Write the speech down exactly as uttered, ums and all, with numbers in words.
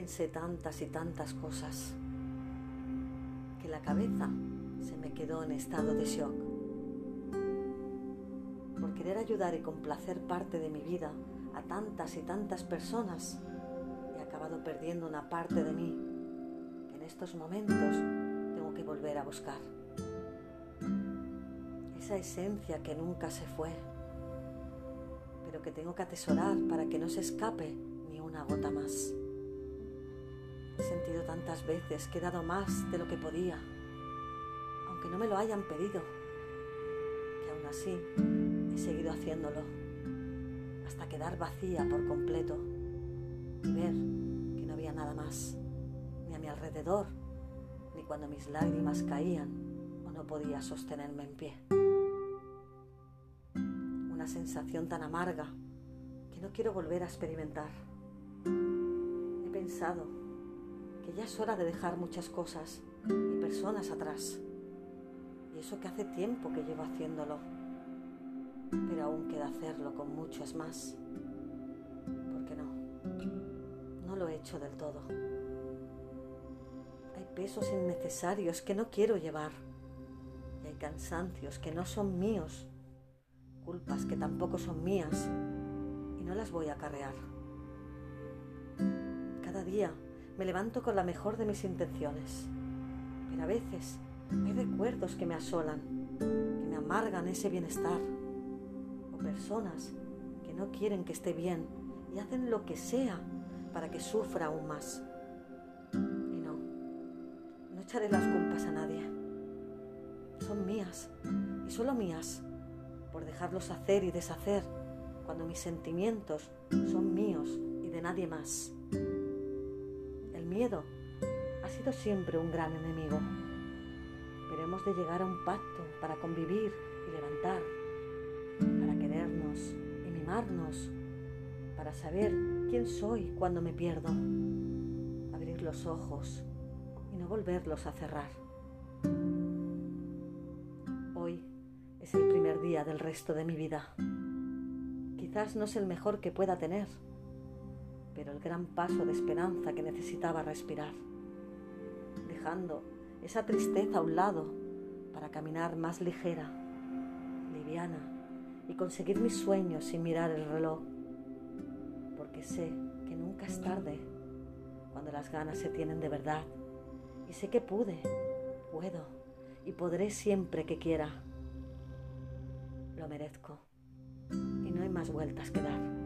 pensé tantas y tantas cosas que la cabeza se me quedó en estado de shock. Por querer ayudar y complacer parte de mi vida a tantas y tantas personas, he acabado perdiendo una parte de mí que en estos momentos tengo que volver a buscar. Esa esencia que nunca se fue, pero que tengo que atesorar para que no se escape ni una gota más. He sentido tantas veces que he dado más de lo que podía, aunque no me lo hayan pedido, que aún así he seguido haciéndolo, hasta quedar vacía por completo y ver que no había nada más, ni a mi alrededor, ni cuando mis lágrimas caían o no podía sostenerme en pie. Una sensación tan amarga que no quiero volver a experimentar. He pensado que ya es hora de dejar muchas cosas y personas atrás, y eso que hace tiempo que llevo haciéndolo, pero aún queda hacerlo con muchos más, porque no, no lo he hecho del todo. Hay pesos innecesarios que no quiero llevar, y hay cansancios que no son míos, culpas que tampoco son mías, y no las voy a acarrear. Cada día me levanto con la mejor de mis intenciones, pero a veces hay recuerdos que me asolan, que me amargan ese bienestar, o personas que no quieren que esté bien y hacen lo que sea para que sufra aún más. Y no, no echaré las culpas a nadie. Son mías, y solo mías, por dejarlos hacer y deshacer cuando mis sentimientos son míos y de nadie más. El miedo ha sido siempre un gran enemigo, pero hemos de llegar a un pacto para convivir y levantar, para querernos y mimarnos, para saber quién soy cuando me pierdo, abrir los ojos y no volverlos a cerrar. Hoy es el primer día del resto de mi vida. Quizás no es el mejor que pueda tener, pero el gran paso de esperanza que necesitaba respirar, dejando esa tristeza a un lado para caminar más ligera, liviana y conseguir mis sueños sin mirar el reloj, porque sé que nunca es tarde cuando las ganas se tienen de verdad, y sé que pude, puedo y podré siempre que quiera. Lo merezco y no hay más vueltas que dar.